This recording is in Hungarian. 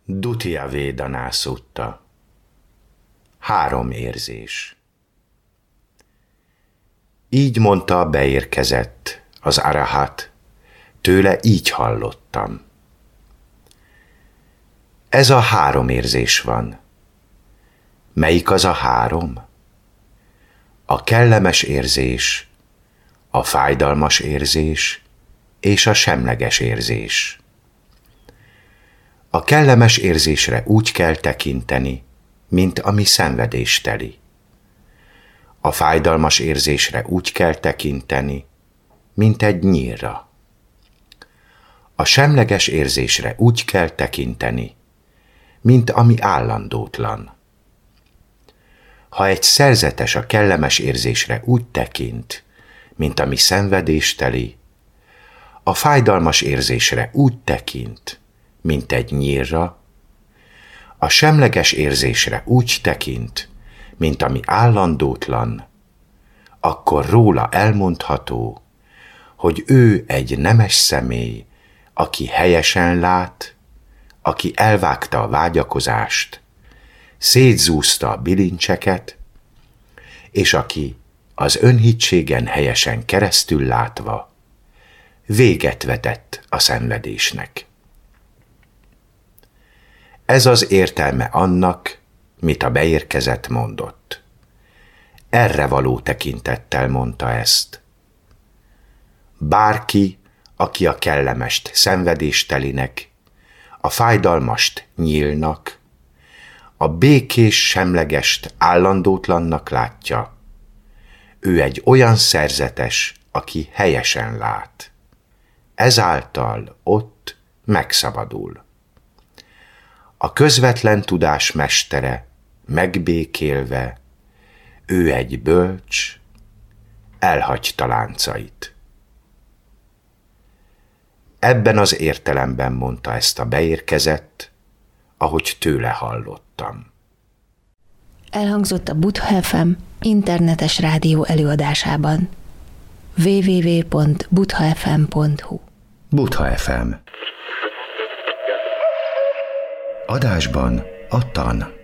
Dutya Vedana Sutta. 3 érzés. Így mondta, beérkezett az Arahat, tőle így hallottam. Ez a 3 érzés van. Melyik az a 3? A kellemes érzés, a fájdalmas érzés és a semleges érzés. A kellemes érzésre úgy kell tekinteni, mint ami szenvedésteli. A fájdalmas érzésre úgy kell tekinteni, mint egy nyírra. A semleges érzésre úgy kell tekinteni, mint ami állandótlan. Ha egy szerzetes a kellemes érzésre úgy tekint, mint ami szenvedésteli, a fájdalmas érzésre úgy tekint, mint egy nyírra, a semleges érzésre úgy tekint, mint ami állandótlan, akkor róla elmondható, hogy ő egy nemes személy, aki helyesen lát, aki elvágta a vágyakozást, szétzúzta a bilincseket, és aki az önhitségen helyesen keresztül látva véget vetett a szenvedésnek. Ez az értelme annak, mit a beérkezett mondott. Erre való tekintettel mondta ezt. Bárki, aki a kellemest szenvedéstelinek, a fájdalmast nyílnak, a békés semlegest állandótlannak látja, ő egy olyan szerzetes, aki helyesen lát. Ezáltal ott megszabadul. A közvetlen tudás mestere, megbékélve, ő egy bölcs, elhagyta láncait. Ebben az értelemben mondta ezt a beérkezett, ahogy tőle hallottam. Elhangzott a Buddha FM internetes rádió előadásában. www.buddhafm.hu. Buddha FM. Adásban a tan.